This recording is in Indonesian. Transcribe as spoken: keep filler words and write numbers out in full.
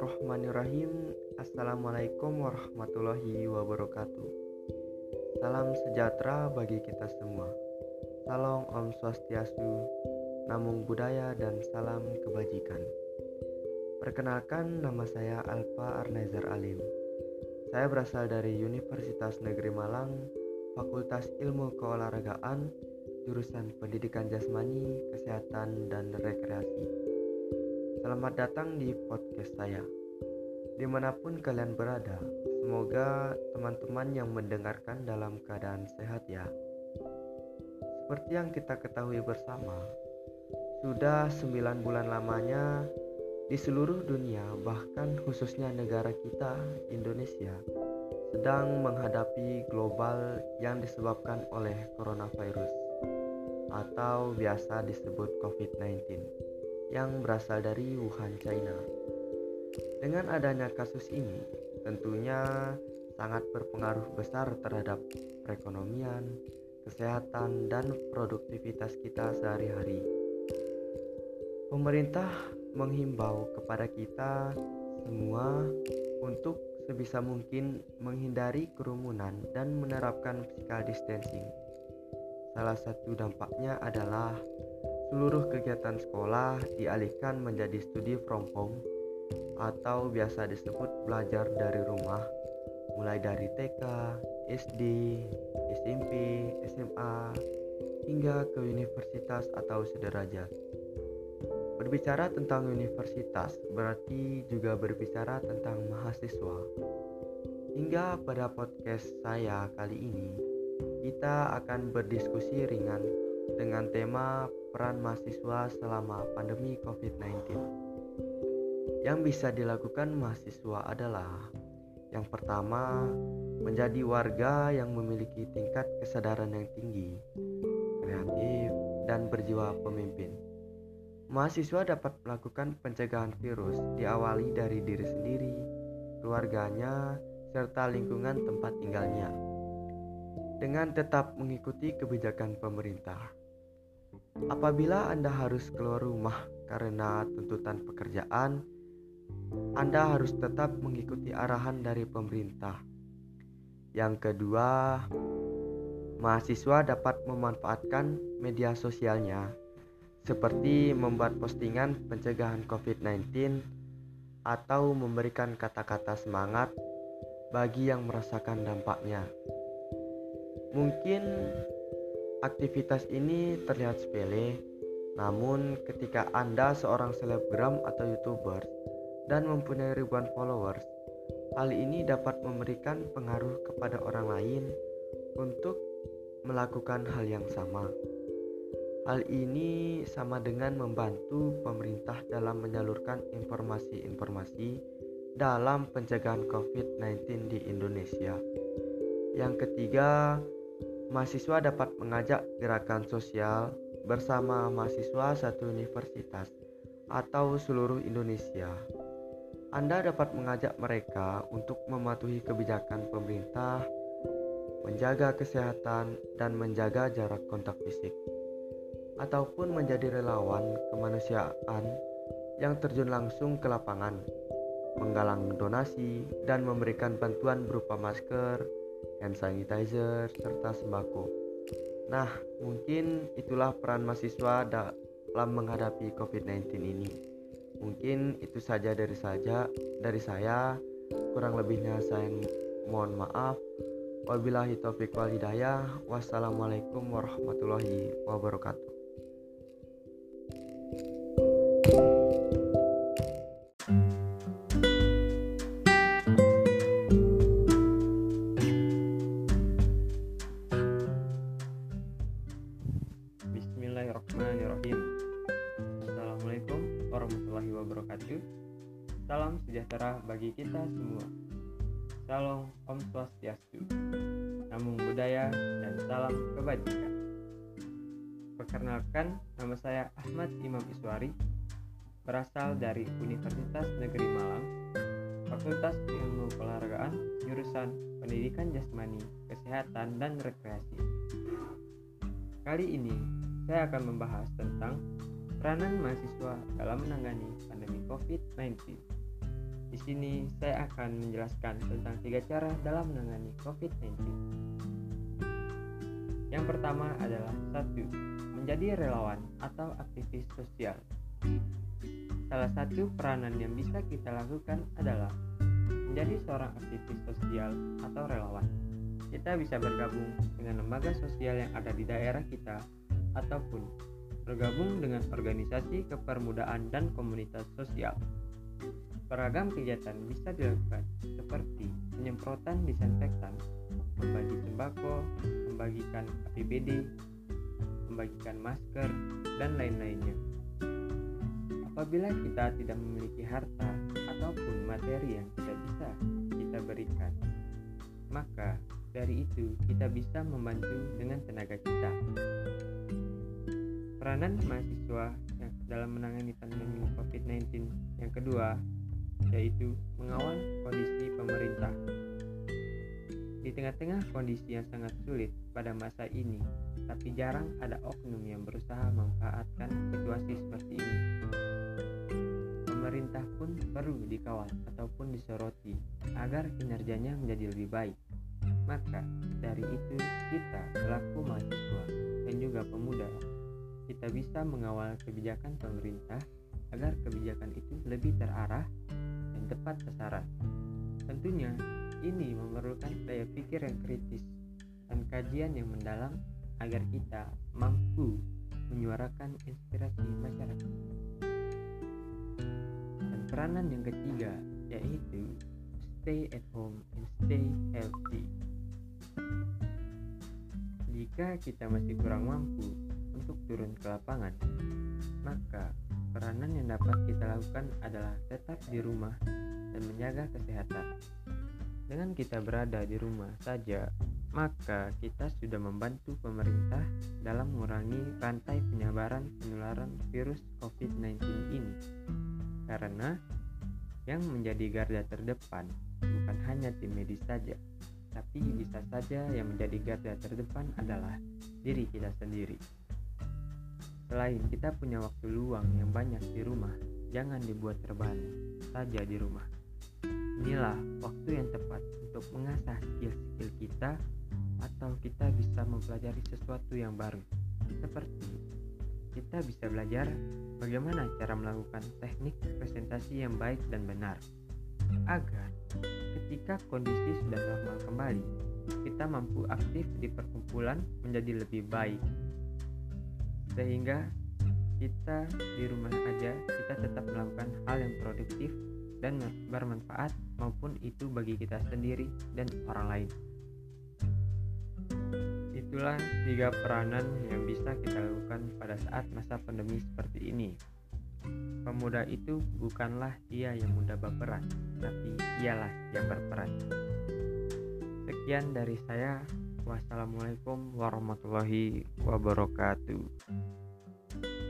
Bismillahirrahmanirrahim. Assalamualaikum warahmatullahi wabarakatuh. Salam sejahtera bagi kita semua. Salam Om Swastiastu, Namo Buddhaya, dan salam kebajikan. Perkenalkan, nama saya Alfa Arnazar Alim. Saya berasal dari Universitas Negeri Malang, Fakultas Ilmu Keolahragaan, jurusan Pendidikan Jasmani, Kesehatan, dan Rekreasi. Selamat datang di podcast saya. Dimanapun kalian berada, semoga teman-teman yang mendengarkan dalam keadaan sehat ya. Seperti yang kita ketahui bersama, sudah sembilan bulan lamanya di seluruh dunia, bahkan khususnya negara kita, Indonesia, sedang menghadapi global yang disebabkan oleh coronavirus atau biasa disebut covid sembilan belas yang berasal dari Wuhan, China. Dengan adanya kasus ini, tentunya sangat berpengaruh besar terhadap perekonomian, kesehatan, dan produktivitas kita sehari-hari. Pemerintah menghimbau kepada kita semua untuk sebisa mungkin menghindari kerumunan dan menerapkan physical distancing. Salah satu dampaknya adalah seluruh kegiatan sekolah dialihkan menjadi studi from home atau biasa disebut belajar dari rumah, mulai dari T K, S D, S M P, S M A, hingga ke universitas atau sederajat. Berbicara tentang universitas berarti juga berbicara tentang mahasiswa. Hingga pada podcast saya kali ini, kita akan berdiskusi ringan dengan tema peran mahasiswa selama pandemi covid sembilan belas. Yang bisa dilakukan mahasiswa adalah: yang pertama, menjadi warga yang memiliki tingkat kesadaran yang tinggi, kreatif, dan berjiwa pemimpin. Mahasiswa dapat melakukan pencegahan virus diawali dari diri sendiri, keluarganya, serta lingkungan tempat tinggalnya, dengan tetap mengikuti kebijakan pemerintah. Apabila Anda harus keluar rumah karena tuntutan pekerjaan, Anda harus tetap mengikuti arahan dari pemerintah. Yang kedua, mahasiswa dapat memanfaatkan media sosialnya seperti membuat postingan pencegahan covid sembilan belas atau memberikan kata-kata semangat bagi yang merasakan dampaknya. Mungkin aktivitas ini terlihat sepele, namun ketika Anda seorang selebgram atau YouTuber dan mempunyai ribuan followers, hal ini dapat memberikan pengaruh kepada orang lain untuk melakukan hal yang sama. Hal ini sama dengan membantu pemerintah dalam menyalurkan informasi-informasi dalam pencegahan covid sembilan belas di Indonesia. Yang ketiga, mahasiswa dapat mengajak gerakan sosial bersama mahasiswa satu universitas atau seluruh Indonesia. Anda dapat mengajak mereka untuk mematuhi kebijakan pemerintah, menjaga kesehatan, dan menjaga jarak kontak fisik, ataupun menjadi relawan kemanusiaan yang terjun langsung ke lapangan, menggalang donasi, dan memberikan bantuan berupa masker, hand sanitizer, serta sembako. Nah, mungkin itulah peran mahasiswa dalam menghadapi covid sembilan belas ini. Mungkin itu saja dari saja dari saya. Kurang lebihnya saya mohon maaf. Wabillahi taufiq wal hidayah. Wassalamualaikum warahmatullahi wabarakatuh. Bismillahirrahmanirrahim. Assalamualaikum warahmatullahi wabarakatuh. Salam sejahtera bagi kita semua. Salam Om Swastiastu, Namo Buddhaya, dan salam kebajikan. Perkenalkan, nama saya Ahmad Imam Iswari, berasal dari Universitas Negeri Malang, Fakultas Ilmu Keolahragaan, jurusan Pendidikan Jasmani, Kesehatan, dan Rekreasi. Kali ini saya akan membahas tentang peranan mahasiswa dalam menangani pandemi covid sembilan belas. Di sini saya akan menjelaskan tentang tiga cara dalam menangani covid sembilan belas. Yang pertama adalah satu, menjadi relawan atau aktivis sosial. Salah satu peranan yang bisa kita lakukan adalah menjadi seorang aktivis sosial atau relawan. Kita bisa bergabung dengan lembaga sosial yang ada di daerah kita ataupun bergabung dengan organisasi kepermudaan dan komunitas sosial. Beragam kegiatan bisa dilakukan seperti penyemprotan disinfektan, membagi sembako, membagikan A P B D, membagikan masker, dan lain-lainnya. Apabila kita tidak memiliki harta ataupun materi yang tidak bisa kita berikan, maka dari itu kita bisa membantu dengan tenaga kita. Peranan mahasiswa yang dalam menangani pandemi covid sembilan belas yang kedua yaitu mengawal kondisi pemerintah. Di tengah-tengah kondisi yang sangat sulit pada masa ini, tapi jarang ada oknum yang berusaha memanfaatkan situasi seperti ini. Pemerintah pun perlu dikawal ataupun disoroti agar kinerjanya menjadi lebih baik. Maka dari itu kita selaku mahasiswa dan juga pemuda, kita bisa mengawal kebijakan pemerintah agar kebijakan itu lebih terarah dan tepat sasaran. Tentunya ini memerlukan daya pikir yang kritis dan kajian yang mendalam agar kita mampu menyuarakan inspirasi masyarakat. Dan peranan yang ketiga yaitu stay at home and stay healthy. Jika kita masih kurang mampu untuk turun ke lapangan, maka peranan yang dapat kita lakukan adalah tetap di rumah dan menjaga kesehatan. Dengan kita berada di rumah saja, maka kita sudah membantu pemerintah dalam mengurangi rantai penyebaran penularan virus covid sembilan belas ini. Karena yang menjadi garda terdepan bukan hanya tim medis saja, tapi bisa saja yang menjadi garda terdepan adalah diri kita sendiri. Selain kita punya waktu luang yang banyak di rumah, jangan dibuat rebahan saja di rumah. Inilah waktu yang tepat untuk mengasah skill-skill kita atau kita bisa mempelajari sesuatu yang baru. Seperti kita bisa belajar bagaimana cara melakukan teknik presentasi yang baik dan benar, agar ketika kondisi sudah normal kembali, kita mampu aktif di perkumpulan menjadi lebih baik. Sehingga kita di rumah aja kita tetap melakukan hal yang produktif dan bermanfaat, maupun itu bagi kita sendiri dan orang lain. Itulah tiga peranan yang bisa kita lakukan pada saat masa pandemi seperti ini. Pemuda itu bukanlah dia yang mudah baperan, tapi ialah yang berperan. Sekian dari saya. Wassalamualaikum warahmatullahi wabarakatuh.